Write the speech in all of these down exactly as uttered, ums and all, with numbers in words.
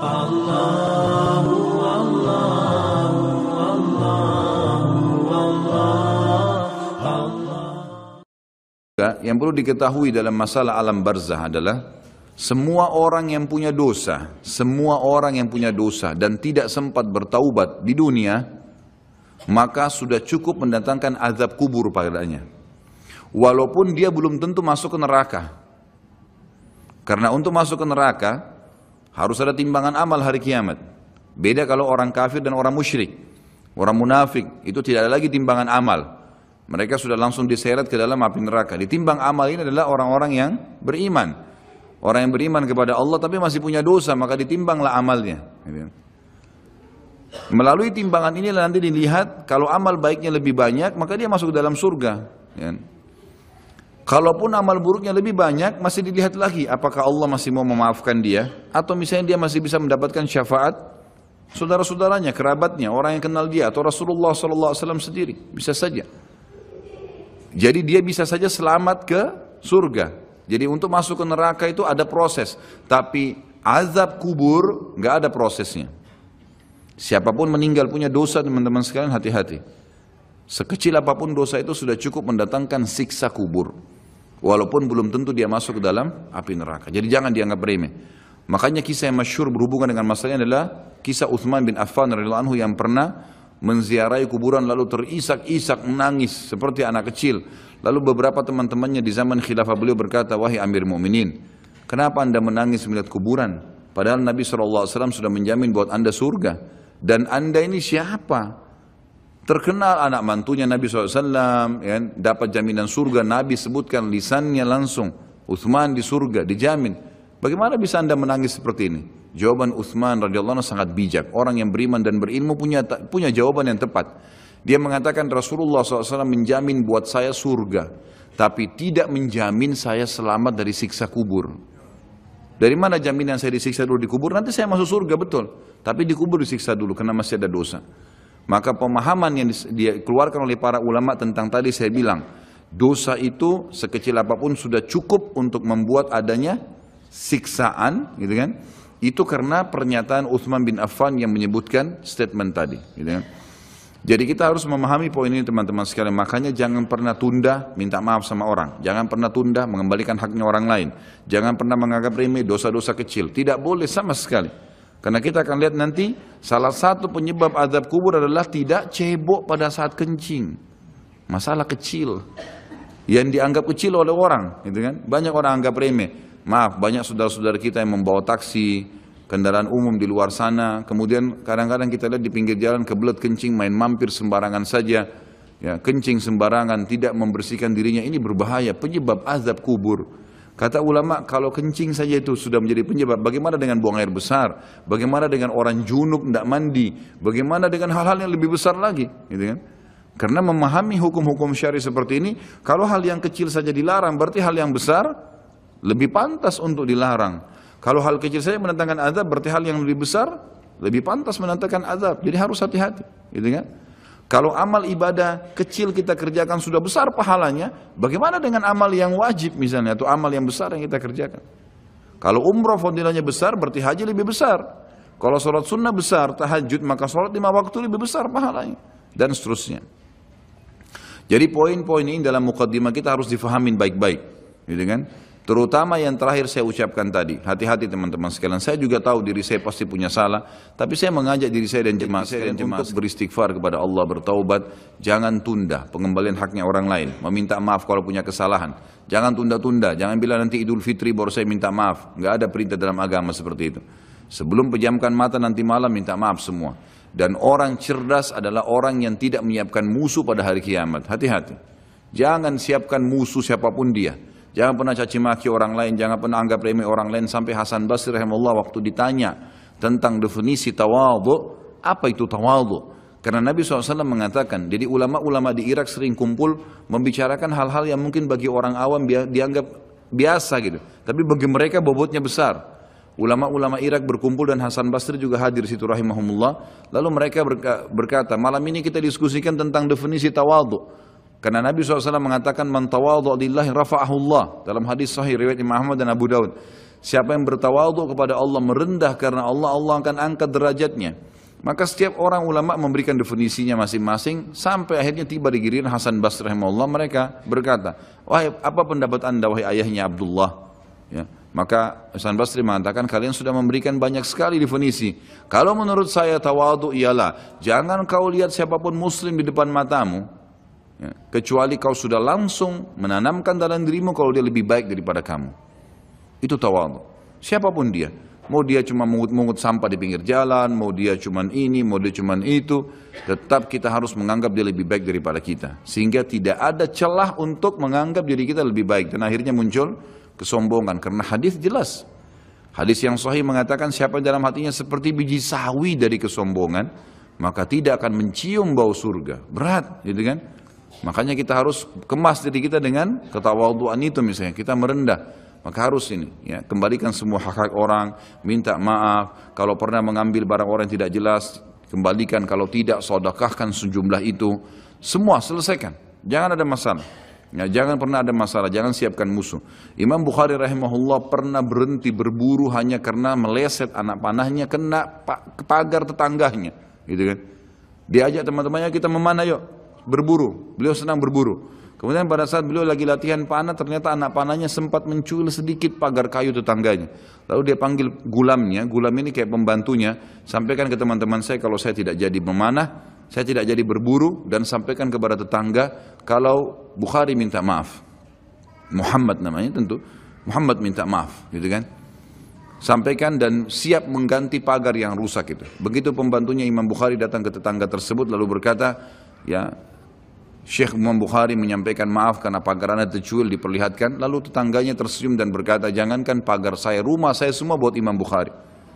Allahu Allahu Allahu Allah. Yang perlu diketahui dalam masalah alam barzah adalah semua orang yang punya dosa, semua orang yang punya dosa dan tidak sempat bertaubat di dunia, maka sudah cukup mendatangkan azab kubur padanya. Walaupun dia belum tentu masuk ke neraka. Karena untuk masuk ke neraka harus ada timbangan amal hari kiamat. Beda kalau orang kafir dan orang musyrik. Orang munafik itu tidak ada lagi timbangan amal. Mereka sudah langsung diseret ke dalam api neraka. Ditimbang amal ini adalah orang-orang yang beriman. Orang yang beriman kepada Allah tapi masih punya dosa, maka ditimbanglah amalnya. Melalui timbangan inilah nanti dilihat, kalau amal baiknya lebih banyak, maka dia masuk ke dalam surga. Kalaupun amal buruknya lebih banyak, masih dilihat lagi, apakah Allah masih mau memaafkan dia, atau misalnya dia masih bisa mendapatkan syafaat saudara-saudaranya, kerabatnya, orang yang kenal dia, atau Rasulullah shallallahu alaihi wasallam sendiri, bisa saja. Jadi dia bisa saja selamat ke surga. Jadi untuk masuk ke neraka itu ada proses, tapi azab kubur nggak ada prosesnya. Siapapun meninggal punya dosa, teman-teman sekalian, hati-hati. Sekecil apapun dosa itu sudah cukup mendatangkan siksa kubur, walaupun belum tentu dia masuk ke dalam api neraka. Jadi jangan dianggap remeh. Makanya kisah yang masyhur berhubungan dengan masalahnya adalah kisah Utsman bin Affan radhiyallahu anhu yang pernah menziarahi kuburan lalu terisak-isak menangis seperti anak kecil. Lalu beberapa teman-temannya di zaman khilafah beliau berkata, wahai Amir Mu'minin, kenapa anda menangis melihat kuburan? Padahal Nabi shallallahu alaihi wasallam sudah menjamin buat anda surga. Dan anda ini siapa? Terkenal anak mantunya Nabi shallallahu alaihi wasallam, ya, dapat jaminan surga. Nabi sebutkan lisannya langsung, Utsman di surga, dijamin. Bagaimana bisa anda menangis seperti ini? Jawaban Utsman radhiyallahu anhu sangat bijak. Orang yang beriman dan berilmu punya punya jawaban yang tepat. Dia mengatakan Rasulullah shallallahu alaihi wasallam menjamin buat saya surga, tapi tidak menjamin saya selamat dari siksa kubur. Dari mana jaminan saya disiksa dulu di kubur? Nanti saya masuk surga, betul. Tapi di kubur disiksa dulu karena masih ada dosa. Maka pemahaman yang dikeluarkan oleh para ulama tentang tadi saya bilang, dosa itu sekecil apapun sudah cukup untuk membuat adanya siksaan, gitu kan? Itu karena pernyataan Utsman bin Affan yang menyebutkan statement tadi, gitu kan? Jadi kita harus memahami poin ini, teman-teman sekalian. Makanya jangan pernah tunda minta maaf sama orang. Jangan pernah tunda mengembalikan haknya orang lain. Jangan pernah menganggap remeh dosa-dosa kecil. Tidak boleh sama sekali. Karena kita akan lihat nanti salah satu penyebab azab kubur adalah tidak cebok pada saat kencing. Masalah kecil yang dianggap kecil oleh orang, gitu kan? Banyak orang anggap remeh. Maaf, banyak saudara-saudara kita yang membawa taksi, kendaraan umum di luar sana, kemudian kadang-kadang kita lihat di pinggir jalan kebelet kencing, main mampir sembarangan saja, ya, kencing sembarangan, tidak membersihkan dirinya, ini berbahaya, penyebab azab kubur. Kata ulama, kalau kencing saja itu sudah menjadi penyebab, bagaimana dengan buang air besar, bagaimana dengan orang junub tidak mandi, bagaimana dengan hal-hal yang lebih besar lagi, gitu kan? Karena memahami hukum-hukum syari seperti ini, kalau hal yang kecil saja dilarang, berarti hal yang besar lebih pantas untuk dilarang. Kalau hal kecil saja mendatangkan azab, berarti hal yang lebih besar lebih pantas mendatangkan azab. Jadi harus hati-hati, gitu kan? Kalau amal ibadah kecil kita kerjakan sudah besar pahalanya, bagaimana dengan amal yang wajib misalnya, atau amal yang besar yang kita kerjakan? Kalau umrah fadilahnya besar, berarti haji lebih besar. Kalau sholat sunnah besar, tahajud, maka sholat lima waktu lebih besar pahalanya, dan seterusnya. Jadi poin-poin ini dalam mukaddimah kita harus difahamin baik-baik, gitu kan? Terutama yang terakhir saya ucapkan tadi, hati-hati teman-teman sekalian. Saya juga tahu diri saya pasti punya salah, tapi saya mengajak diri saya dan jemaah sekalian untuk beristighfar kepada Allah, bertaubat. Jangan tunda pengembalian haknya orang lain, meminta maaf kalau punya kesalahan. Jangan tunda-tunda, jangan bilang nanti Idul Fitri baru saya minta maaf. Enggak ada perintah dalam agama seperti itu. Sebelum pejamkan mata nanti malam minta maaf semua. Dan orang cerdas adalah orang yang tidak menyiapkan musuh pada hari kiamat. Hati-hati. Jangan siapkan musuh siapapun dia. Jangan pernah caci maki orang lain, jangan pernah anggap remeh orang lain. Sampai Hasan Basri rahimahullah waktu ditanya tentang definisi tawadhu, apa itu tawadhu? Karena Nabi shallallahu alaihi wasallam mengatakan, jadi ulama-ulama di Irak sering kumpul membicarakan hal-hal yang mungkin bagi orang awam dianggap biasa gitu, tapi bagi mereka bobotnya besar. Ulama-ulama Irak berkumpul dan Hasan Basri juga hadir situ rahimahumullah. Lalu mereka berkata, malam ini kita diskusikan tentang definisi tawadhu. Karena Nabi shallallahu alaihi wasallam mengatakan, man tawadhu lillahi rafa'ahu Allah. Dalam hadis sahih riwayat Imam Ahmad dan Abu Daud. Siapa yang bertawadhu kepada Allah, merendah karena Allah, Allah akan angkat derajatnya. Maka setiap orang ulama memberikan definisinya masing-masing sampai akhirnya tiba di giliran Hasan Basri rahimahullah, mereka berkata, wahai apa pendapat anda wahai ayahnya Abdullah? Ya, maka Hasan Basri mengatakan kalian sudah memberikan banyak sekali definisi. Kalau menurut saya tawadhu ialah jangan kau lihat siapapun muslim di depan matamu, ya, kecuali kau sudah langsung menanamkan dalam dirimu kalau dia lebih baik daripada kamu. Itu tawadhu. Siapapun dia. Mau dia cuma mungut-mungut sampah di pinggir jalan, mau dia cuma ini, mau dia cuma itu, tetap kita harus menganggap dia lebih baik daripada kita. Sehingga tidak ada celah untuk menganggap diri kita lebih baik. Dan akhirnya muncul kesombongan. Karena hadis jelas. Hadis yang sahih mengatakan siapa dalam hatinya seperti biji sawi dari kesombongan, maka tidak akan mencium bau surga. Berat, gitu kan? Makanya kita harus kemas diri kita dengan ketawadhuan itu misalnya. Kita merendah. Maka harus ini, ya, kembalikan semua hak-hak orang, minta maaf. Kalau pernah mengambil barang orang yang tidak jelas, kembalikan. Kalau tidak, sedekahkan sejumlah itu. Semua selesaikan. Jangan ada masalah. Ya, jangan pernah ada masalah. Jangan siapkan musuh. Imam Bukhari rahimahullah pernah berhenti berburu hanya karena meleset anak panahnya kena pagar tetangganya, gitu kan? Diajak teman-temannya, kita memanah yuk, berburu. Beliau senang berburu. Kemudian pada saat beliau lagi latihan panah, ternyata anak panahnya sempat mencuil sedikit pagar kayu tetangganya. Lalu dia panggil gulamnya, gulam ini kayak pembantunya, sampaikan ke teman-teman saya kalau saya tidak jadi memanah, saya tidak jadi berburu, dan sampaikan kepada tetangga kalau Bukhari minta maaf. Muhammad namanya tentu, Muhammad minta maaf, gitu kan. Sampaikan dan siap mengganti pagar yang rusak itu. Begitu pembantunya Imam Bukhari datang ke tetangga tersebut lalu berkata, ya, Syekh Imam Bukhari menyampaikan maaf karena pagar anda tercuil diperlihatkan. Lalu tetangganya tersenyum dan berkata, jangankan pagar saya, rumah saya semua buat Imam Bukhari.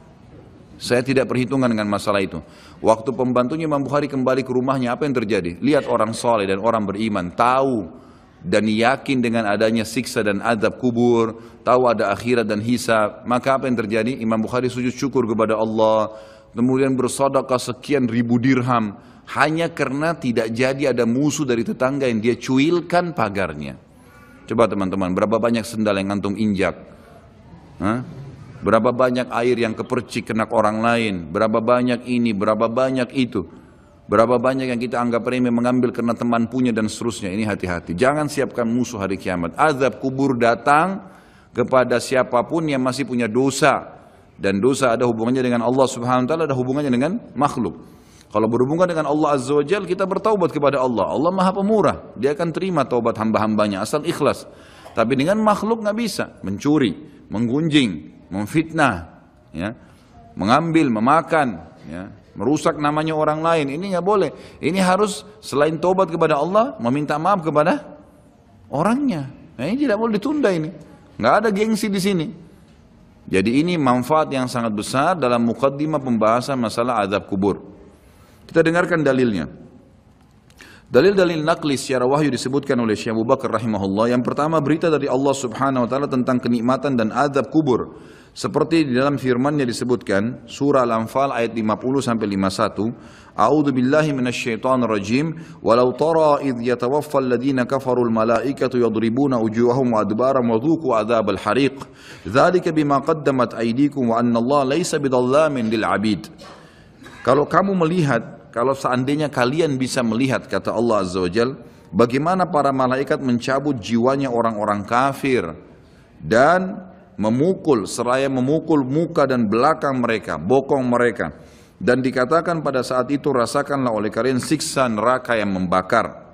Saya tidak perhitungan dengan masalah itu. Waktu pembantunya Imam Bukhari kembali ke rumahnya, apa yang terjadi? Lihat orang soleh dan orang beriman, tahu dan yakin dengan adanya siksa dan azab kubur, tahu ada akhirat dan hisab. Maka apa yang terjadi? Imam Bukhari sujud syukur kepada Allah, kemudian bersedekah sekian ribu dirham, hanya karena tidak jadi ada musuh dari tetangga yang dia cuilkan pagarnya. Coba teman-teman, berapa banyak sendal yang antum injak? Hah? Berapa banyak air yang kepercik kena orang lain? Berapa banyak ini, berapa banyak itu? Berapa banyak yang kita anggap remeh mengambil karena teman punya dan seterusnya. Ini hati-hati. Jangan siapkan musuh hari kiamat. Azab kubur datang kepada siapapun yang masih punya dosa. Dan dosa ada hubungannya dengan Allah subhanahu wa taala, ada hubungannya dengan makhluk. Kalau berhubungan dengan Allah Azza wa Jalla, kita bertaubat kepada Allah. Allah Maha Pemurah, Dia akan terima taubat hamba-hambanya asal ikhlas. Tapi dengan makhluk nggak bisa, mencuri, menggunjing, memfitnah, ya, mengambil, memakan, ya, merusak namanya orang lain. Ini nggak boleh. Ini harus selain taubat kepada Allah, meminta maaf kepada orangnya. Nah, ini tidak boleh ditunda ini. Nggak ada gengsi di sini. Jadi ini manfaat yang sangat besar dalam muqaddimah pembahasan masalah azab kubur. Kita dengarkan dalilnya. Dalil-dalil naqli secara wahyu disebutkan oleh Syekh Abu Bakar rahimahullah. Yang pertama, berita dari Allah subhanahu wa ta'ala tentang kenikmatan dan azab kubur. Seperti di dalam firman-Nya disebutkan, surah Al-Anfal ayat lima puluh sampai lima puluh satu. A'udzu billahi minasyaitonir rajim. Walau tara idh yatawaffal ladina kafarul malaikatu yadribuna wujuhahum wa adbarahum wa dhuqu adzabal hariq. Dzalika bima qaddamat aydikum wa anna Allah laisa bidhallamin lil 'abid. Kalau kamu melihat, kalau seandainya kalian bisa melihat, kata Allah Azza wa Jal, bagaimana para malaikat mencabut jiwanya orang-orang kafir dan memukul, seraya memukul muka dan belakang mereka, bokong mereka. Dan dikatakan pada saat itu, rasakanlah oleh kalian siksa neraka yang membakar.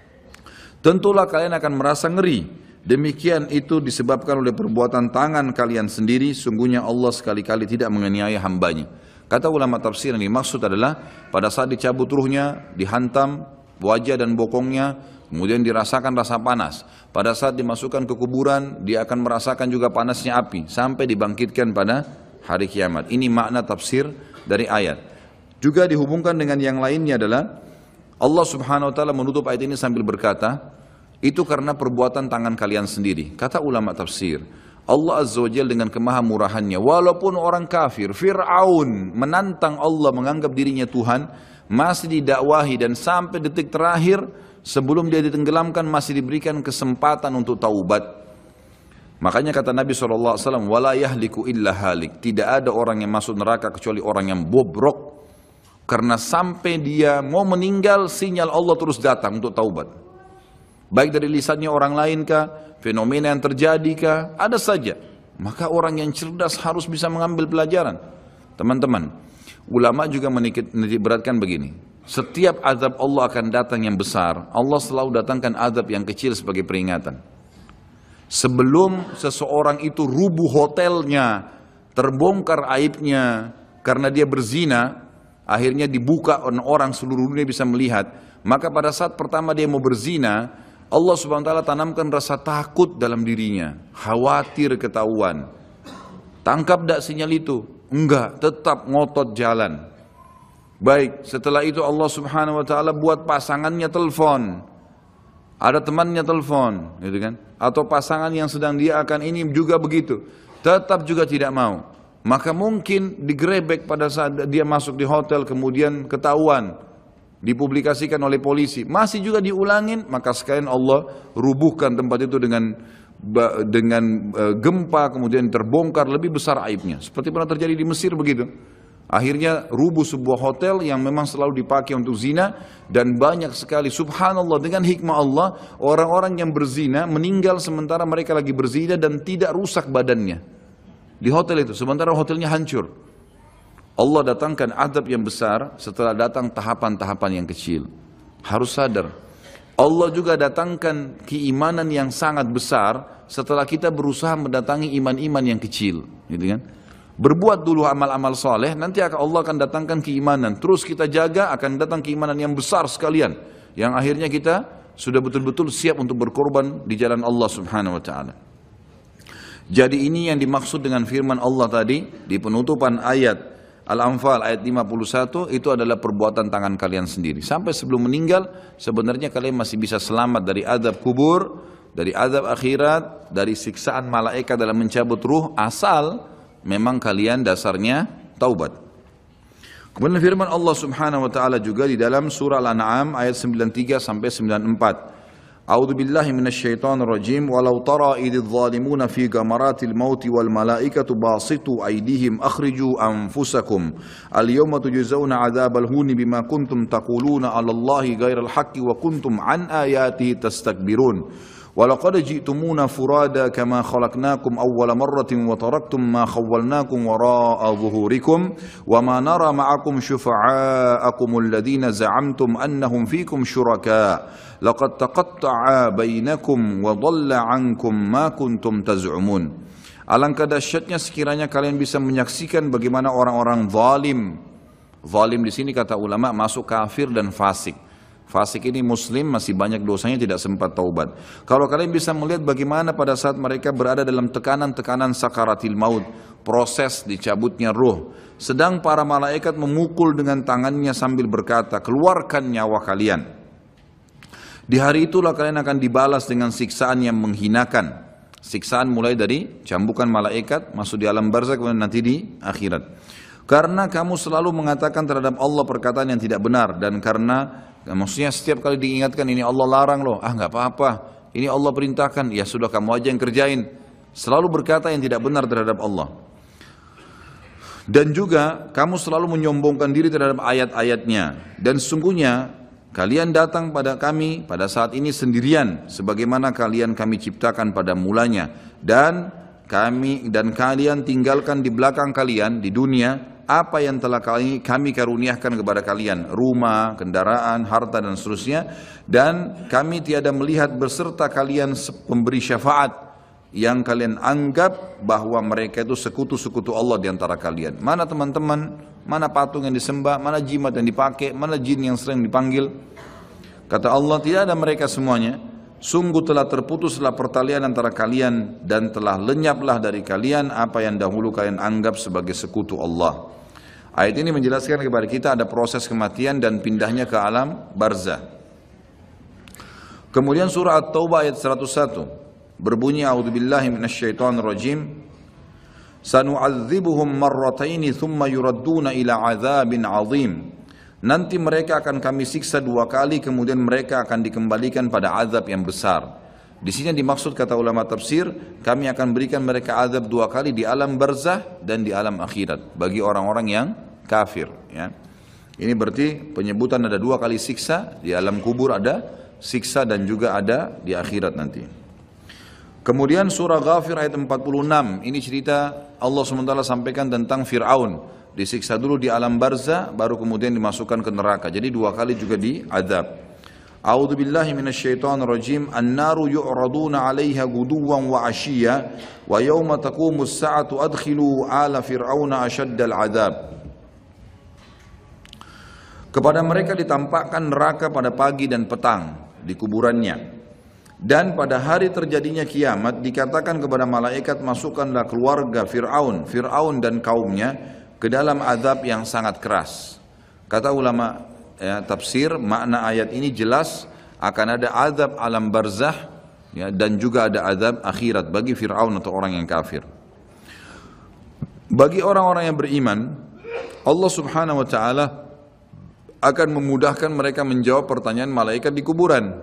Tentulah kalian akan merasa ngeri. Demikian itu disebabkan oleh perbuatan tangan kalian sendiri. Sungguhnya Allah sekali-kali tidak menganiaya hambanya. Kata ulama tafsir yang dimaksud adalah pada saat dicabut ruhnya, dihantam wajah dan bokongnya, kemudian dirasakan rasa panas. Pada saat dimasukkan ke kuburan, dia akan merasakan juga panasnya api sampai dibangkitkan pada hari kiamat. Ini makna tafsir dari ayat. Juga dihubungkan dengan yang lainnya adalah Allah subhanahu wa ta'ala menutup ayat ini sambil berkata, itu karena perbuatan tangan kalian sendiri. Kata ulama tafsir, Allah Azza wa Jalla dengan kemahamurahannya, walaupun orang kafir, Fir'aun menantang Allah menganggap dirinya Tuhan, masih didakwahi dan sampai detik terakhir sebelum dia ditenggelamkan masih diberikan kesempatan untuk taubat. Makanya kata Nabi shallallahu alaihi wasallam, wala yahliku illa halik. Tidak ada orang yang masuk neraka kecuali orang yang bobrok. Karena sampai dia mau meninggal, sinyal Allah terus datang untuk taubat. Baik dari lisannya orang lain kah, fenomena yang terjadi kah, ada saja. Maka orang yang cerdas harus bisa mengambil pelajaran. Teman-teman, ulama juga menitikberatkan begini. Setiap azab Allah akan datang yang besar, Allah selalu datangkan azab yang kecil sebagai peringatan. Sebelum seseorang itu rubuh hotelnya, terbongkar aibnya karena dia berzina, akhirnya dibuka orang seluruh dunia bisa melihat, maka pada saat pertama dia mau berzina, Allah subhanahu wa ta'ala tanamkan rasa takut dalam dirinya, khawatir ketahuan. Tangkap tak sinyal itu? Enggak, tetap ngotot jalan. Baik, setelah itu Allah subhanahu wa ta'ala buat pasangannya telepon, ada temannya telepon, gitu kan? Atau pasangan yang sedang dia akan ini juga begitu, tetap juga tidak mau. Maka mungkin digerebek pada saat dia masuk di hotel, kemudian ketahuan, dipublikasikan oleh polisi, masih juga diulangin, maka sekalian Allah rubuhkan tempat itu dengan dengan gempa, kemudian terbongkar lebih besar aibnya. Seperti pernah terjadi di Mesir begitu. Akhirnya rubuh sebuah hotel yang memang selalu dipakai untuk zina, dan banyak sekali, subhanallah, dengan hikmah Allah, orang-orang yang berzina meninggal sementara mereka lagi berzina dan tidak rusak badannya di hotel itu, sementara hotelnya hancur. Allah datangkan azab yang besar setelah datang tahapan-tahapan yang kecil. Harus sadar, Allah juga datangkan keimanan yang sangat besar setelah kita berusaha mendatangi iman-iman yang kecil, gitu kan? Berbuat dulu amal-amal soleh, nanti Allah akan datangkan keimanan. Terus kita jaga, akan datang keimanan yang besar sekalian, yang akhirnya kita sudah betul-betul siap untuk berkorban di jalan Allah subhanahu wa ta'ala. Jadi ini yang dimaksud dengan firman Allah tadi di penutupan ayat Al-Anfal ayat lima puluh satu, itu adalah perbuatan tangan kalian sendiri. Sampai sebelum meninggal sebenarnya kalian masih bisa selamat dari azab kubur, dari azab akhirat, dari siksaan malaikat dalam mencabut ruh, asal memang kalian dasarnya taubat. Kemudian firman Allah subhanahu wa ta'ala juga di dalam surah Al-An'am ayat sembilan puluh tiga sampai sembilan puluh empat. A'udzu billahi minasyaitonir rajim. Walau tara idz zalimuna fi gamaratil maut wal malaikatu basitu aydihim akhriju anfusakum al yawma tujzauna 'adzabal huni bima kuntum taquluna 'ala Allahi ghairal haqqi wa kuntum an ayatihi tastakbirun. وَلَقَدْ جِئْتُمُونَا فُرَادًا كَمَا خَلَقْنَاكُمْ أَوَّلَ مَرَّةٍ وَتَرَكْتُمْ مَا خَوَّلْنَاكُمْ وَرَاءَ ظُهُورِكُمْ وَمَا نَرَى مَعَكُمْ شُفَعَاءَكُمُ الَّذِينَ زَعَمْتُمْ أَنَّهُمْ فِيكُمْ شُرَكَاءُ لَقَدْ تَقَطَّعَ بَيْنَكُمْ وَضَلَّ عَنْكُمْ مَا كُنْتُمْ تَزْعُمُونَ. Alangkah dahsyatnya sekiranya kalian bisa menyaksikan bagaimana orang-orang zalim. Zalim di sini kata ulama masuk kafir dan fasik. Fasik ini muslim, masih banyak dosanya, tidak sempat taubat. Kalau kalian bisa melihat bagaimana pada saat mereka berada dalam tekanan-tekanan sakaratil maut, proses dicabutnya ruh, sedang para malaikat memukul dengan tangannya sambil berkata, keluarkan nyawa kalian. Di hari itulah kalian akan dibalas dengan siksaan yang menghinakan. Siksaan mulai dari cambukan malaikat, masuk di alam barzakh, kemudian nanti di akhirat. Karena kamu selalu mengatakan terhadap Allah perkataan yang tidak benar, dan karena maksudnya setiap kali diingatkan ini Allah larang loh, ah nggak apa-apa, ini Allah perintahkan, ya sudah kamu aja yang kerjain. Selalu berkata yang tidak benar terhadap Allah. Dan juga kamu selalu menyombongkan diri terhadap ayat-ayatnya. Dan sesungguhnya kalian datang pada kami pada saat ini sendirian, sebagaimana kalian kami ciptakan pada mulanya. Dan kami dan kalian tinggalkan di belakang kalian di dunia apa yang telah kami, kami karuniakan kepada kalian, rumah, kendaraan, harta dan seterusnya, dan kami tiada melihat beserta kalian pemberi syafaat yang kalian anggap bahwa mereka itu sekutu-sekutu Allah di antara kalian. Mana teman-teman, mana patung yang disembah, mana jimat yang dipakai, mana jin yang sering dipanggil. Kata Allah, tidak ada mereka semuanya. Sungguh telah terputuslah pertalian antara kalian dan telah lenyaplah dari kalian apa yang dahulu kalian anggap sebagai sekutu Allah. Ayat ini menjelaskan kepada kita ada proses kematian dan pindahnya ke alam barzah. Kemudian surah At-Taubah ayat seratus satu berbunyi, a'udzubillahi minasyaitonirrajim, sanu'adzibuhum marrataini thumma yuradduna ila 'adzabin 'adzim. Nanti mereka akan kami siksa dua kali, kemudian mereka akan dikembalikan pada azab yang besar. Di sini dimaksud kata ulama tafsir, kami akan berikan mereka azab dua kali di alam barzah dan di alam akhirat bagi orang-orang yang kafir. Ya. Ini berarti penyebutan ada dua kali siksa, di alam kubur ada siksa dan juga ada di akhirat nanti. Kemudian surah Ghafir ayat empat puluh enam, ini cerita Allah subhanahu wa taala sampaikan tentang Fir'aun. Disiksa dulu di alam barzah, baru kemudian dimasukkan ke neraka. Jadi dua kali juga diazab. A'udzu billahi minasyaitonir rajim. An-naru yu'raduna 'alaiha guduwan wa 'ashiyya wa yawma taqumus sa'atu adkhilu ala fir'auna ashaddal 'adzab. Kepada mereka ditampakkan neraka pada pagi dan petang di kuburannya. Dan pada hari terjadinya kiamat dikatakan kepada malaikat, masukkanlah keluarga Fir'aun, Fir'aun dan kaumnya ke dalam azab yang sangat keras. Kata ulama ya, tafsir, makna ayat ini jelas akan ada azab alam barzah ya, dan juga ada azab akhirat bagi Fir'aun atau orang yang kafir. Bagi orang-orang yang beriman, Allah subhanahu wa ta'ala akan memudahkan mereka menjawab pertanyaan malaikat di kuburan.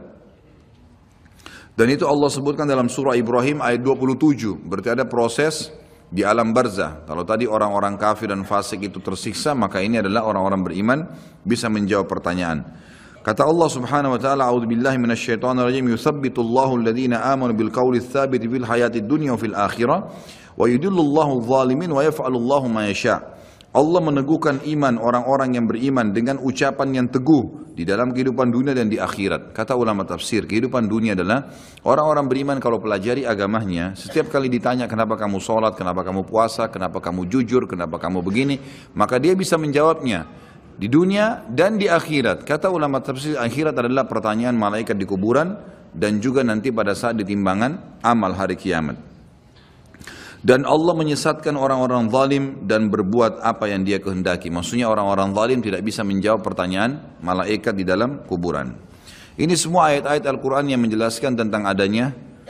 Dan itu Allah sebutkan dalam surah Ibrahim ayat dua puluh tujuh. Berarti ada proses di alam barzah. Kalau tadi orang-orang kafir dan fasik itu tersiksa, maka ini adalah orang-orang beriman bisa menjawab pertanyaan. Kata Allah subhanahu wa ta'ala, a'udzu billahi minasyaitonir rajim, yuthabbitullahu alladhina amanu bil qawli tsabiti fil hayatid dunya wa fil akhirah wa yudillullahu adh-dhalimin wa yaf'alullahu ma yasha'. Allah meneguhkan iman orang-orang yang beriman dengan ucapan yang teguh di dalam kehidupan dunia dan di akhirat. Kata ulama tafsir, kehidupan dunia adalah orang-orang beriman kalau pelajari agamanya, setiap kali ditanya kenapa kamu sholat, kenapa kamu puasa, kenapa kamu jujur, kenapa kamu begini, maka dia bisa menjawabnya di dunia dan di akhirat. Kata ulama tafsir, akhirat adalah pertanyaan malaikat di kuburan dan juga nanti pada saat ditimbangan amal hari kiamat. Dan Allah menyesatkan orang-orang zalim dan berbuat apa yang dia kehendaki. Maksudnya orang-orang zalim tidak bisa menjawab pertanyaan malaikat di dalam kuburan. Ini semua ayat-ayat Al-Quran yang menjelaskan tentang adanya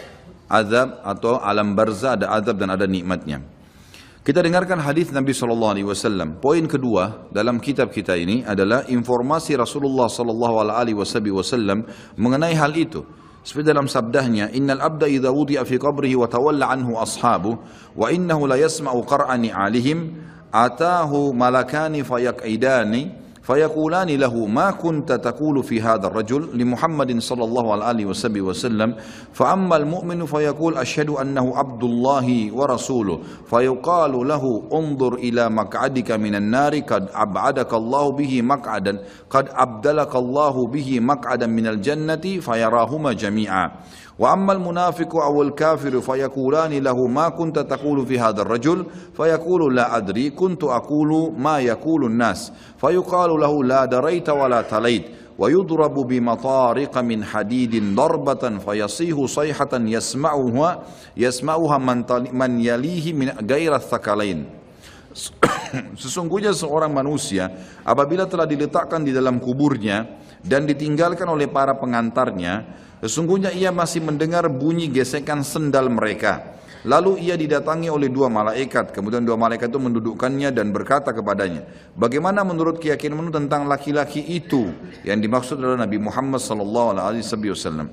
azab atau alam barzah, ada azab dan ada nikmatnya. Kita dengarkan hadis Nabi shallallahu alaihi wasallam. Poin kedua dalam kitab kita ini adalah informasi Rasulullah shallallahu alaihi wasallam mengenai hal itu. Seperti dalam sabdahnya, innal abda idza wudi'a fi qabrihi wa tawalla anhu ashabu wa innahu la yasma'u qar'ani 'alihim atahu malakani fayaq'idani fayaqulani lahu ma kunta taqulu fi hadha ar-rajul li Muhammadin sallallahu alaihi wasallam fa amma al-mu'minu fayaqul asyhadu annahu abdullahi wa rasuluhu fayuqalu lahu unzur ila maq'adika minan nari qad ab'adaka Allahu bihi maq'adan qad abdalaka Allahu bihi maq'adan minal jannati fayarahuma jami'a. وأما المنافق أو الكافر فيقولان له ما كنت تقول في هذا الرجل فيقول لا أدري كنت أقول ما يقول الناس فيقال له لا دريت ولا تليت ويضرب بمطارق من حديد ضربة فيصيح صيحة يسمعها يسمعها من يليه من غير الثقلين. Sesungguhnya seorang manusia apabila telah diletakkan di dalam kuburnya dan ditinggalkan oleh para pengantarnya, sesungguhnya ia masih mendengar bunyi gesekan sendal mereka. Lalu ia didatangi oleh dua malaikat. Kemudian dua malaikat itu mendudukkannya dan berkata kepadanya, bagaimana menurut keyakinanmu tentang laki-laki itu? Yang dimaksud adalah Nabi Muhammad sallallahu alaihi wasallam.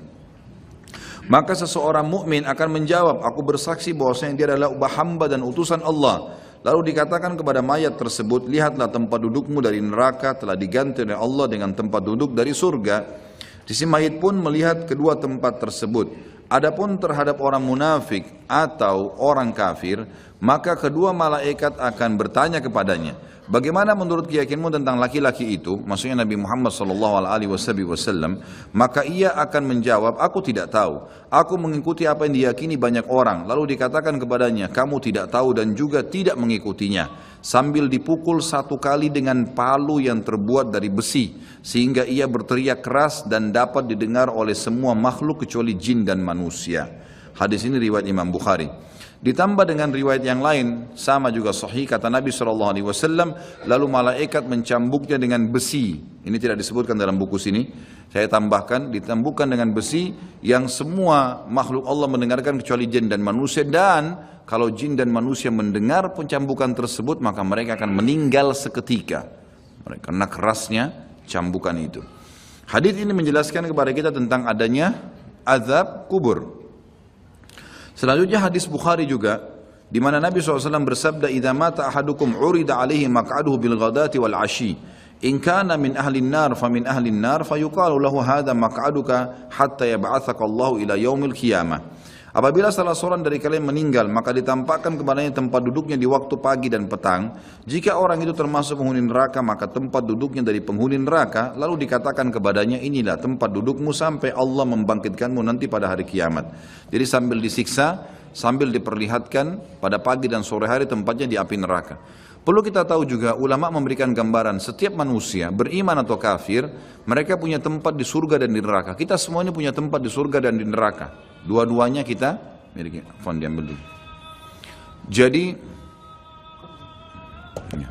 Maka seseorang mukmin akan menjawab, aku bersaksi bahwasanya dia adalah hamba dan utusan Allah. Lalu dikatakan kepada mayat tersebut, lihatlah tempat dudukmu dari neraka telah diganti oleh Allah dengan tempat duduk dari surga. Si mayit pun melihat kedua tempat tersebut. Adapun terhadap orang munafik atau orang kafir, maka kedua malaikat akan bertanya kepadanya, bagaimana menurut keyakinanmu tentang laki-laki itu? Maksudnya Nabi Muhammad sallallahu alaihi wasallam. Maka ia akan menjawab, aku tidak tahu. Aku mengikuti apa yang diyakini banyak orang. Lalu dikatakan kepadanya, kamu tidak tahu dan juga tidak mengikutinya. Sambil dipukul satu kali dengan palu yang terbuat dari besi, sehingga ia berteriak keras dan dapat didengar oleh semua makhluk kecuali jin dan manusia. Hadis ini riwayat Imam Bukhari. Ditambah dengan riwayat yang lain, sama juga sahih, kata Nabi shallallahu alaihi wasallam, lalu malaikat mencambuknya dengan besi. Ini tidak disebutkan dalam buku sini, saya tambahkan, ditambukkan dengan besi yang semua makhluk Allah mendengarkan kecuali jin dan manusia. Dan kalau jin dan manusia mendengar pencambukan tersebut, maka mereka akan meninggal seketika karena kerasnya cambukan itu. Hadis ini menjelaskan kepada kita tentang adanya azab kubur. Selanjutnya hadis Bukhari juga, di mana Nabi shallallahu alaihi wasallam bersabda, "Idza mata ahadukum 'urida 'alaihi maq'aduhu bil ghadati wal 'ashi. In kana min ahli an-nar fa min ahli an-nar fa yuqalu lahu hadza maq'aduka hatta yab'atsaka Allahu ila yaumil qiyamah." Apabila salah seorang dari kalian meninggal, maka ditampakkan kepadanya tempat duduknya di waktu pagi dan petang. Jika orang itu termasuk penghuni neraka, maka tempat duduknya dari penghuni neraka. Lalu dikatakan kepadanya, inilah tempat dudukmu sampai Allah membangkitkanmu nanti pada hari kiamat. Jadi sambil disiksa, sambil diperlihatkan pada pagi dan sore hari tempatnya di api neraka. Perlu kita tahu juga, ulama memberikan gambaran setiap manusia, beriman atau kafir, mereka punya tempat di surga dan di neraka. Kita semua ini punya tempat di surga dan di neraka. Dua-duanya kita miliki. Fon diambil dulu. Jadi, ya.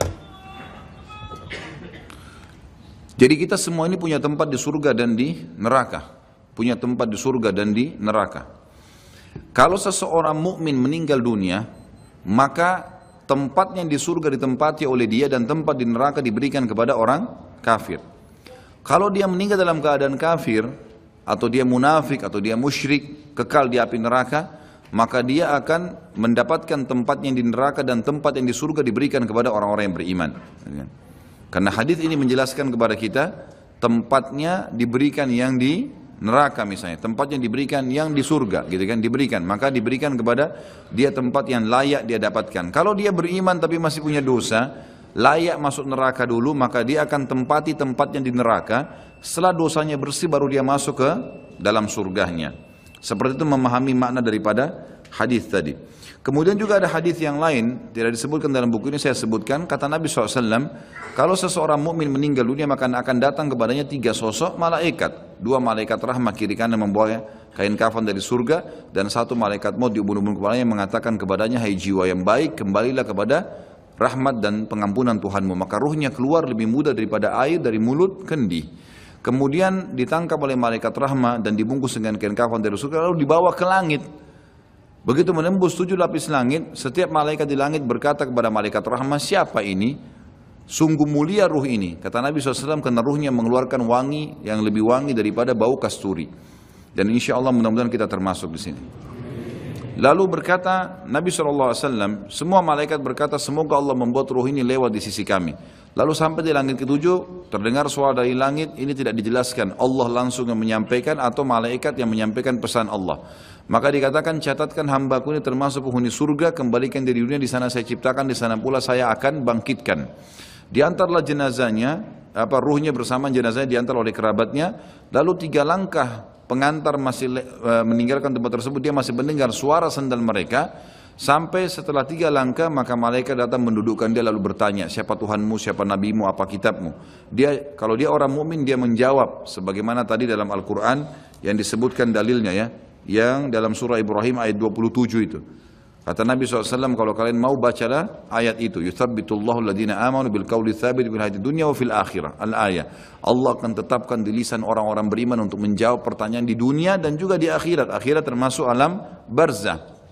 Jadi kita semua ini punya tempat di surga dan di neraka. Punya tempat di surga dan di neraka. Kalau seseorang mukmin meninggal dunia, maka tempatnya di surga ditempati oleh dia dan tempat di neraka diberikan kepada orang kafir. Kalau dia meninggal dalam keadaan kafir, atau dia munafik, atau dia musyrik, kekal di api neraka, maka dia akan mendapatkan tempatnya di neraka dan tempat yang di surga diberikan kepada orang-orang yang beriman. Karena hadis ini menjelaskan kepada kita, tempatnya diberikan yang di neraka misalnya, tempatnya diberikan yang di surga, gitu kan, diberikan, maka diberikan kepada dia tempat yang layak dia dapatkan. Kalau dia beriman tapi masih punya dosa, layak masuk neraka dulu, maka dia akan tempati tempatnya di neraka. Setelah dosanya bersih baru dia masuk ke dalam surganya. Seperti itu memahami makna daripada hadis tadi. Kemudian juga ada hadis yang lain, tidak disebutkan dalam buku ini, saya sebutkan, kata Nabi shallallahu alaihi wasallam, kalau seseorang mukmin meninggal dunia maka akan datang kepadanya tiga sosok malaikat. Dua malaikat rahmat kiri kanan membawa kain kafan dari surga, dan satu malaikat maut di ubun-ubun kepalanya mengatakan kepadanya, hai jiwa yang baik, kembalilah kepada rahmat dan pengampunan Tuhanmu. Maka ruhnya keluar lebih mudah daripada air dari mulut kendi. Kemudian ditangkap oleh malaikat rahmat dan dibungkus dengan kain kafan dari surga, lalu dibawa ke langit. Begitu menembus tujuh lapis langit, setiap malaikat di langit berkata kepada malaikat rahmat, siapa ini? Sungguh mulia ruh ini. Kata Nabi shallallahu alaihi wasallam, karena ruhnya mengeluarkan wangi yang lebih wangi daripada bau kasturi. Dan insya Allah mudah-mudahan kita termasuk di sini. Lalu berkata Nabi shallallahu alaihi wasallam, semua malaikat berkata, semoga Allah membuat ruh ini lewat di sisi kami. Lalu sampai di langit ketujuh, terdengar suara dari langit, ini tidak dijelaskan, Allah langsung yang menyampaikan atau malaikat yang menyampaikan pesan Allah. Maka dikatakan, catatkan hambaku ini termasuk penghuni surga, kembalikan dari dunia, di sana saya ciptakan, di sana pula saya akan bangkitkan. Diantarlah jenazahnya, apa ruhnya bersama jenazahnya diantar oleh kerabatnya, lalu tiga langkah pengantar masih uh, meninggalkan tempat tersebut, dia masih mendengar suara sandal mereka. Sampai setelah tiga langkah, maka malaikat datang mendudukkan dia lalu bertanya, siapa Tuhanmu, siapa nabimu, apa kitabmu? Dia, kalau dia orang mukmin, dia menjawab sebagaimana tadi dalam Al-Quran yang disebutkan dalilnya ya, yang dalam surah Ibrahim ayat dua puluh tujuh itu. Kata Nabi shallallahu alaihi wasallam, kalau kalian mau bacalah ayat itu, yuthabbitullahu alladhina amanu bil qawli tsabit fil hayatid dunya wa fil akhirah. Al-ayah. Allah akan tetapkan di lisan orang-orang beriman untuk menjawab pertanyaan di dunia dan juga di akhirat. Akhirat termasuk alam barzah.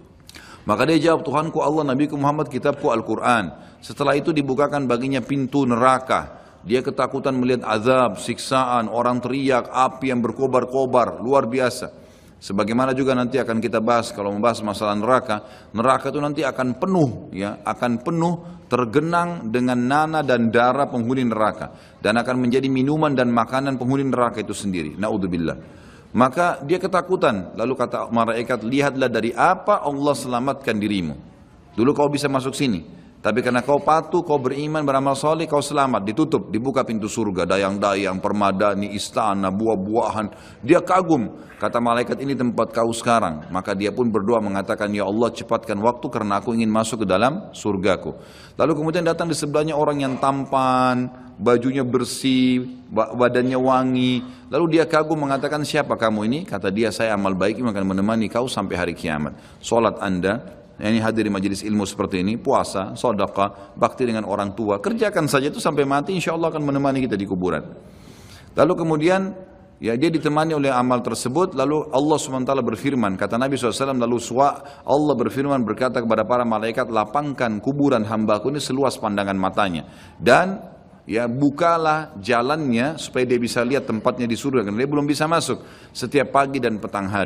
Maka dia jawab, Tuhanku Allah, Nabiku Muhammad, kitabku Al-Quran. Setelah itu dibukakan baginya pintu neraka. Dia ketakutan melihat azab, siksaan, orang teriak, api yang berkobar-kobar, luar biasa. Sebagaimana juga nanti akan kita bahas kalau membahas masalah neraka. Neraka itu nanti akan penuh, ya, akan penuh tergenang dengan nanah dan darah penghuni neraka. Dan akan menjadi minuman dan makanan penghuni neraka itu sendiri. Na'udzubillah. Maka dia ketakutan, lalu kata malaikat, lihatlah dari apa Allah selamatkan dirimu. Dulu kau bisa masuk sini, tapi karena kau patuh, kau beriman, beramal soleh, kau selamat. Ditutup, dibuka pintu surga, dayang-dayang, permadani, istana, buah-buahan. Dia kagum, kata malaikat, ini tempat kau sekarang. Maka dia pun berdoa mengatakan, ya Allah cepatkan waktu karena aku ingin masuk ke dalam surgaku. Lalu kemudian datang di sebelahnya orang yang tampan, bajunya bersih, badannya wangi. Lalu dia kagum mengatakan, siapa kamu ini? Kata dia, saya amal baik yang akan menemani kau sampai hari kiamat. Solat anda, ini hadir di majelis ilmu seperti ini, puasa, sedekah, bakti dengan orang tua, kerjakan saja itu sampai mati, insya Allah akan menemani kita di kuburan. Lalu kemudian ya dia ditemani oleh amal tersebut. Lalu Allah subhanahu wa taala berfirman, kata Nabi shallallahu alaihi wasallam, lalu Allah berfirman berkata kepada para malaikat, lapangkan kuburan hambaku ini seluas pandangan matanya, dan ya bukalah jalannya supaya dia bisa lihat tempatnya di surga, karena dia belum bisa masuk setiap pagi dan petang hari.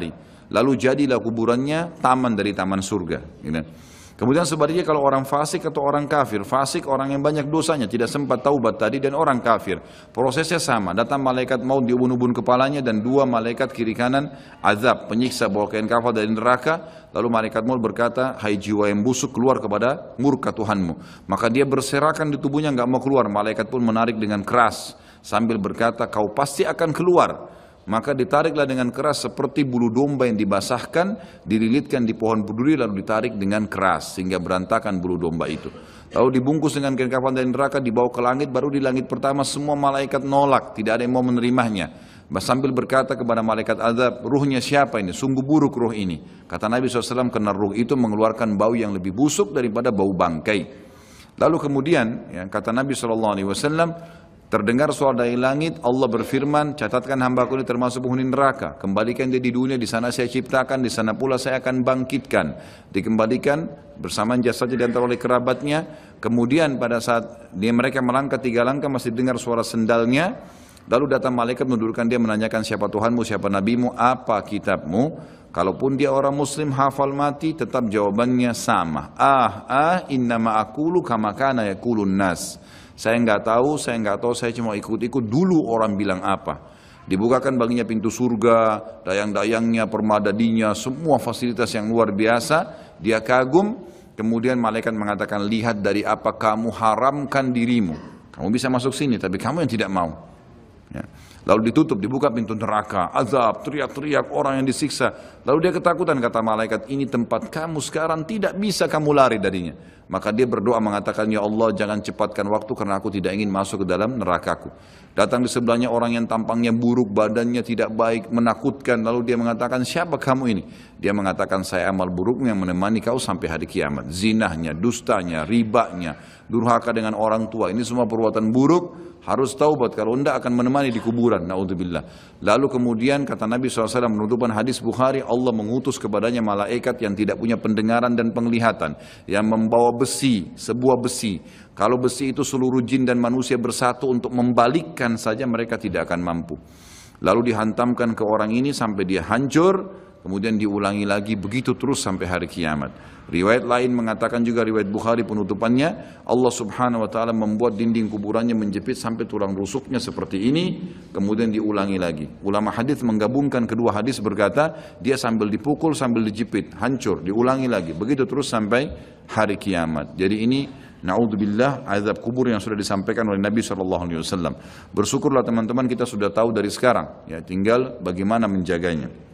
lalu jadilah kuburannya taman dari taman surga. Gitu. Kemudian sebaliknya kalau orang fasik atau orang kafir, fasik orang yang banyak dosanya, tidak sempat taubat tadi, dan orang kafir, prosesnya sama, datang malaikat maut diubun-ubun kepalanya dan dua malaikat kiri kanan azab, penyiksa bawa kain kafan dari neraka, lalu malaikat maut berkata, hai jiwa yang busuk, keluar kepada murka Tuhanmu. Maka dia berserakan di tubuhnya, enggak mau keluar, malaikat pun menarik dengan keras sambil berkata, kau pasti akan keluar. Maka ditariklah dengan keras seperti bulu domba yang dibasahkan, dililitkan di pohon berduri lalu ditarik dengan keras sehingga berantakan bulu domba itu. Lalu dibungkus dengan kain kafan dari neraka, dibawa ke langit. Baru di langit pertama semua malaikat nolak, tidak ada yang mau menerimanya. Sambil berkata kepada malaikat azab, ruhnya siapa ini? Sungguh buruk ruh ini. Kata Nabi shallallahu alaihi wasallam, karena ruh itu mengeluarkan bau yang lebih busuk daripada bau bangkai. Lalu kemudian ya, kata Nabi shallallahu alaihi wasallam, terdengar suara dari langit, Allah berfirman, catatkan hambaku ini termasuk penghuni neraka. Kembalikan dia di dunia, di sana saya ciptakan, di sana pula saya akan bangkitkan. Dikembalikan bersamaan jasadnya diantar oleh kerabatnya. Kemudian pada saat dia mereka melangkah tiga langkah masih dengar suara sendalnya. Lalu datang malaikat menundukkan dia, menanyakan siapa Tuhanmu, siapa nabimu, apa kitabmu. Kalaupun dia orang muslim hafal mati, tetap jawabannya sama. Ah, ah, innama aqulu kama kana yaqulun nas. Saya enggak tahu, saya enggak tahu, saya cuma ikut-ikut dulu orang bilang apa. Dibukakan baginya pintu surga, dayang-dayangnya, permadadinya, semua fasilitas yang luar biasa. Dia kagum, kemudian malaikat mengatakan, lihat dari apa kamu haramkan dirimu. Kamu bisa masuk sini, tapi kamu yang tidak mau. Ya. Lalu ditutup, dibuka pintu neraka, azab, teriak-teriak orang yang disiksa. Lalu dia ketakutan, kata malaikat, ini tempat kamu sekarang, tidak bisa kamu lari darinya. Maka dia berdoa mengatakan, ya Allah jangan cepatkan waktu karena aku tidak ingin masuk ke dalam nerakaku. Datang di sebelahnya orang yang tampangnya buruk, badannya tidak baik, menakutkan. Lalu dia mengatakan, siapa kamu ini? Dia mengatakan, saya amal burukmu yang menemani kau sampai hari kiamat. Zinahnya, dustanya, ribanya, durhaka dengan orang tua, ini semua perbuatan buruk. Harus taubat, kalau tidak akan menemani di kuburan. Naudzubillah. Lalu kemudian kata Nabi shallallahu alaihi wasallam menutupan hadis Bukhari, Allah mengutus kepadanya malaikat yang tidak punya pendengaran dan penglihatan, yang membawa besi, sebuah besi. Kalau besi itu seluruh jin dan manusia bersatu untuk membalikkan saja mereka tidak akan mampu. Lalu dihantamkan ke orang ini sampai dia hancur, kemudian diulangi lagi, begitu terus sampai hari kiamat. Riwayat lain mengatakan juga, riwayat Bukhari penutupannya, Allah subhanahu wa ta'ala membuat dinding kuburannya menjepit sampai tulang rusuknya seperti ini, kemudian diulangi lagi. Ulama hadis menggabungkan kedua hadis berkata, dia sambil dipukul, sambil dijepit, hancur, diulangi lagi, begitu terus sampai hari kiamat. Jadi ini na'udzubillah azab kubur yang sudah disampaikan oleh Nabi shallallahu alaihi wasallam. Bersyukurlah teman-teman kita sudah tahu dari sekarang, ya tinggal bagaimana menjaganya.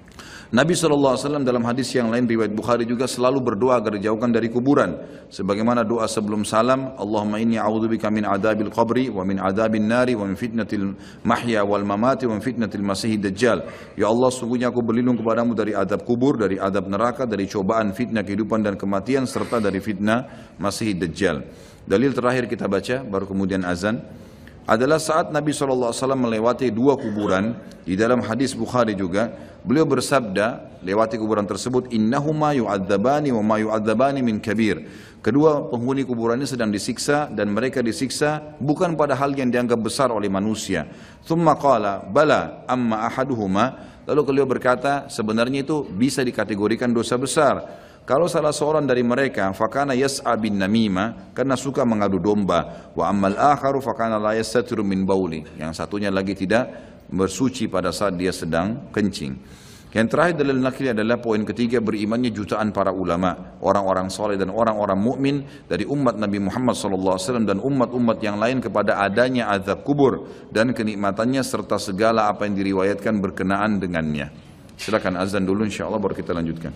Nabi shallallahu alaihi wasallam dalam hadis yang lain riwayat Bukhari juga selalu berdoa agar dijauhkan dari kuburan. Sebagaimana doa sebelum salam, Allahumma inni a'udzubika min adabil qabri wa min adabin nari wa min fitnatil mahya wal mamati wa min fitnatil masihid dajjal. Ya Allah, sungguhnya aku berlindung kepadamu dari adab kubur, dari adab neraka, dari cobaan fitnah kehidupan dan kematian, serta dari fitnah masihid dajjal. Dalil terakhir kita baca, baru kemudian azan, adalah saat Nabi shallallahu alaihi wasallam melewati dua kuburan. Di dalam hadis Bukhari juga beliau bersabda lewati kuburan tersebut, innahuma yu'adzabani wa ma yu'adzabani min kabir. Kedua penghuni kuburan ini sedang disiksa dan mereka disiksa bukan pada hal yang dianggap besar oleh manusia. Tsumma qala bala amma ahaduhuma. Lalu beliau berkata, sebenarnya itu bisa dikategorikan dosa besar. Kalau salah seorang dari mereka fakana yas'a bin namima, karena suka mengadu domba, wa ammal akharu fakana la yastatiru min bauli, yang satunya lagi tidak bersuci pada saat dia sedang kencing. Yang terakhir dalil nakli adalah poin ketiga, berimannya jutaan para ulama, orang-orang soleh dan orang-orang mukmin dari umat Nabi Muhammad shallallahu alaihi wasallam dan umat-umat yang lain kepada adanya azab kubur dan kenikmatannya serta segala apa yang diriwayatkan berkenaan dengannya. Silakan azan dulu, insyaallah baru kita lanjutkan.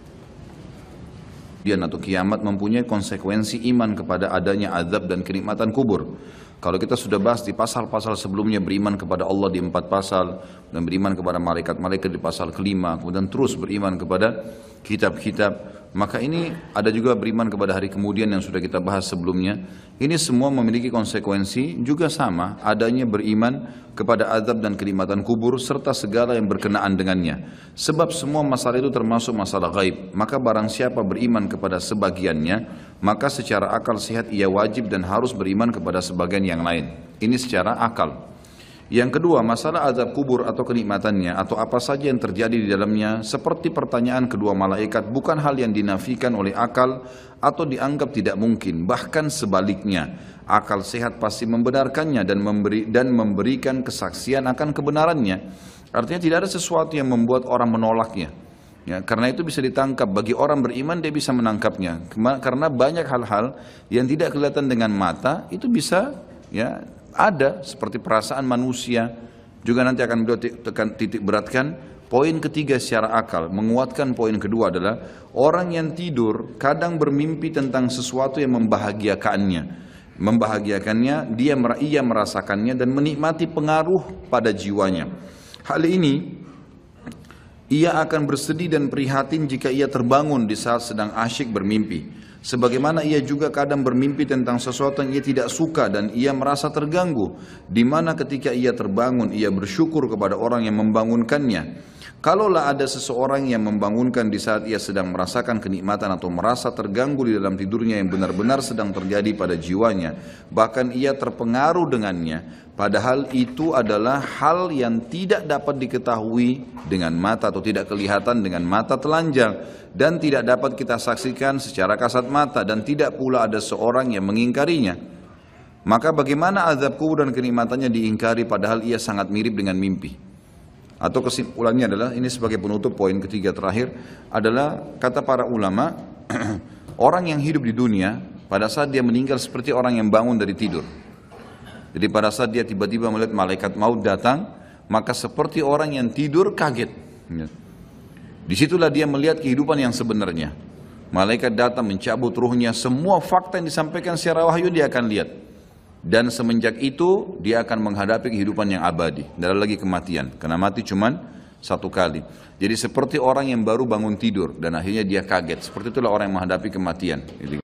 Atau kiamat mempunyai konsekuensi iman kepada adanya azab dan kenikmatan kubur. Kalau kita sudah bahas di pasal-pasal sebelumnya, beriman kepada Allah di empat pasal, dan beriman kepada malaikat-malaikat di pasal kelima, kemudian terus beriman kepada kitab-kitab, maka ini ada juga beriman kepada hari kemudian yang sudah kita bahas sebelumnya. Ini semua memiliki konsekuensi juga sama, adanya beriman kepada azab dan kenikmatan kubur serta segala yang berkenaan dengannya. Sebab semua masalah itu termasuk masalah gaib, maka barang siapa beriman kepada sebagiannya, maka secara akal sehat ia wajib dan harus beriman kepada sebagian yang lain. Ini secara akal. Yang kedua, masalah azab kubur atau kenikmatannya atau apa saja yang terjadi di dalamnya, seperti pertanyaan kedua malaikat, bukan hal yang dinafikan oleh akal atau dianggap tidak mungkin. Bahkan sebaliknya, akal sehat pasti membenarkannya dan memberi dan memberikan kesaksian akan kebenarannya. Artinya tidak ada sesuatu yang membuat orang menolaknya. Ya, karena itu bisa ditangkap. Bagi orang beriman dia bisa menangkapnya. Karena banyak hal-hal yang tidak kelihatan dengan mata itu bisa ya ada, seperti perasaan manusia. Juga nanti akan beliau tekan, titik beratkan poin ketiga secara akal. Menguatkan poin kedua adalah orang yang tidur kadang bermimpi tentang sesuatu yang membahagiakannya. Membahagiakannya, dia ia merasakannya dan menikmati pengaruh pada jiwanya. Hal ini ia akan bersedih dan prihatin jika ia terbangun di saat sedang asyik bermimpi. Sebagaimana ia juga kadang bermimpi tentang sesuatu yang ia tidak suka dan ia merasa terganggu, di mana ketika ia terbangun ia bersyukur kepada orang yang membangunkannya. Kalaulah ada seseorang yang membangunkan di saat ia sedang merasakan kenikmatan atau merasa terganggu di dalam tidurnya yang benar-benar sedang terjadi pada jiwanya, bahkan ia terpengaruh dengannya, padahal itu adalah hal yang tidak dapat diketahui dengan mata atau tidak kelihatan dengan mata telanjang dan tidak dapat kita saksikan secara kasat mata dan tidak pula ada seorang yang mengingkarinya. Maka bagaimana azab kubur dan kenikmatannya diingkari padahal ia sangat mirip dengan mimpi? Atau kesimpulannya adalah, ini sebagai penutup poin ketiga terakhir, adalah kata para ulama, orang yang hidup di dunia pada saat dia meninggal seperti orang yang bangun dari tidur. Jadi pada saat dia tiba-tiba melihat malaikat maut datang, maka seperti orang yang tidur kaget. Disitulah dia melihat kehidupan yang sebenarnya. Malaikat datang mencabut ruhnya, semua fakta yang disampaikan secara wahyu dia akan lihat. Dan semenjak itu dia akan menghadapi kehidupan yang abadi, tidak ada lagi kematian, karena mati cuman satu kali. Jadi seperti orang yang baru bangun tidur dan akhirnya dia kaget, seperti itulah orang yang menghadapi kematian.